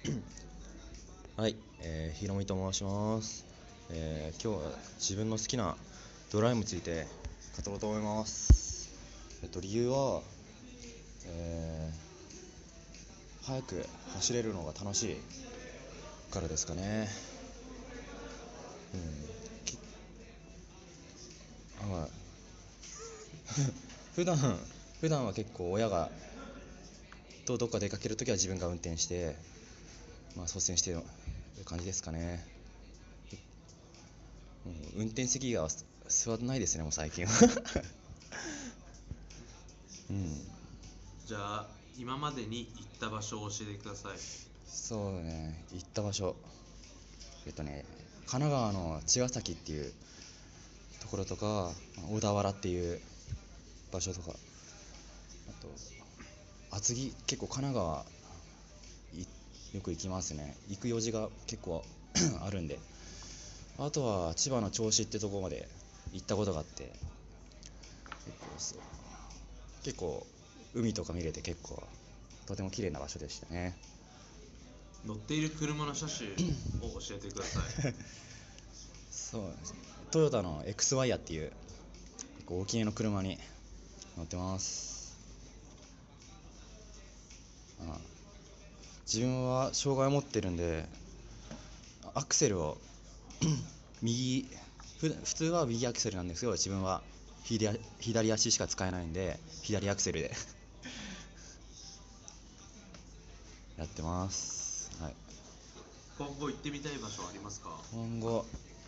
はい、ひろみと申します。今日は自分の好きなドライブについて語ろうと思います。理由は、早く走れるのが楽しいからですかね。きはい。普段普段は結構親がどっか出かけるときは自分が運転して、率先してる感じですかね。運転席が座らないですね、もう最近は。うん。 じゃあ今までに行った場所を教えてください。 そうね、行った場所。神奈川の茅ヶ崎っていうところとか、小田原っていう場所とか、あと、厚木、結構神奈川よく行きますね。行く用事が結構あるんで。あとは千葉の銚子ってとこまで行ったことがあって、結構海とか見れてとても綺麗な場所でしたね。 乗っている車の車種を教えてください。 そうですね。トヨタの X ワイヤーっていう結構大きめの車に乗ってます。自分は障害を持ってるんで、アクセルを右普通は右アクセルなんですけど、自分は左足しか使えないんで左アクセルでやってます。はい。 今後行ってみたい場所はありますか？ 今後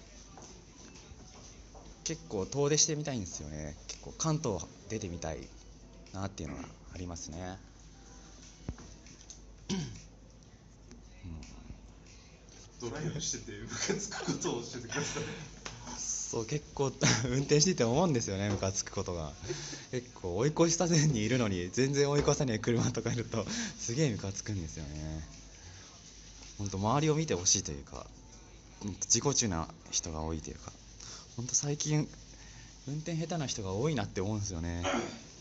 結構遠出してみたいんですよね。結構関東出てみたいなっていうのがありますね。 ドライブしててムカつくことを教えてください。 そう、結構運転してて思うんですよね、ムカつくことが。結構追い越し車線にいるのに全然追い越さない車とかいるとすげえムカつくんですよね。本当周りを見てほしいというか、自己中な人が多いというか、本当最近運転下手な人が多いなって思うんですよね。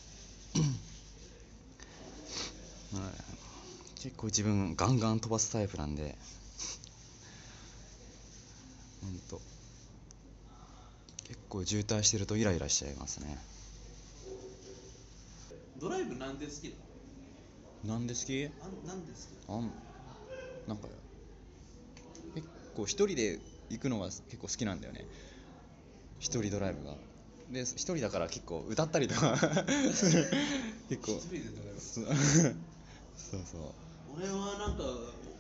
結構自分ガンガン飛ばすタイプなんで、本当結構渋滞してるとイライラしちゃいますね。 ドライブなんで好きなんで好き？ なんで好きなんか結構一人で行くのが結構好きなんだよね。一人ドライブが。で、一人だから結構歌ったりとか結構一人でドライブそうそうそう。 俺はなんか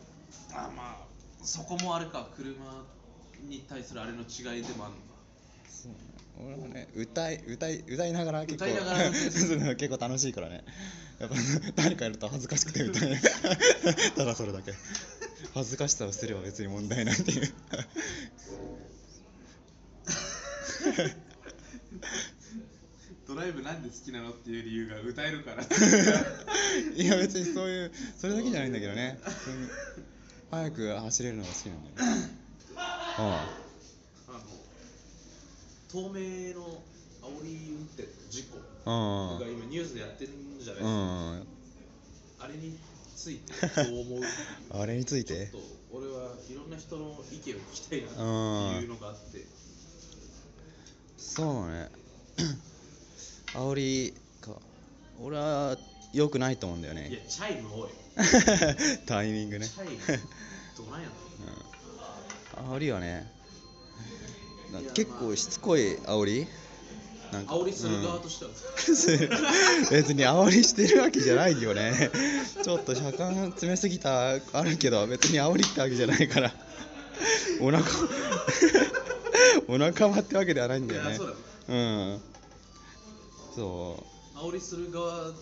そこもあれか、車に対するあれの違いでもあるのか。 そうね、俺はね、歌いながら結構歌いながら結構楽しいからね。やっぱ誰かいると恥ずかしくて歌いただそれだけ。恥ずかしさをすれば別に問題ないっていうドライブなんで好きなのっていう理由が歌えるからいや別にそれだけじゃないんだけどね。普通に早く走れるのが好きなんだよね。あ透明の煽り運転の事故あが今ニュースでやってるんじゃないですか。 ああれについてどう思う？ あれについてちょっと俺はいろんな人の意見を聞きたいなっていうのがあって。 そうね。煽りか。俺は良くないと思うんだよいや、 ね。 チャイム多い。 タイミングね。 チャイムどないや煽りはね、結構しつこい煽りなんか煽りする側としては、 別に煽りしてるわけじゃないよね。ちょっと車間詰めすぎたあるけど別に煽りってわけじゃないからお腹お腹張ってわけではないんだよね。 そうだね。 うんそ煽りする側、 う、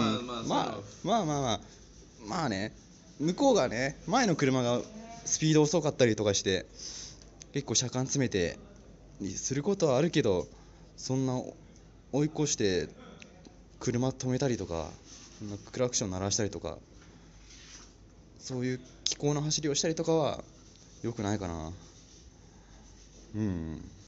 まあね、向こうがね、前の車がスピード遅かったりとかして結構車間詰めてにすることはあるけど、そんな追い越して車止めたりとか、そんなクラクション鳴らしたりとか、そういう気候な走りをしたりとかは良くないかな。うん。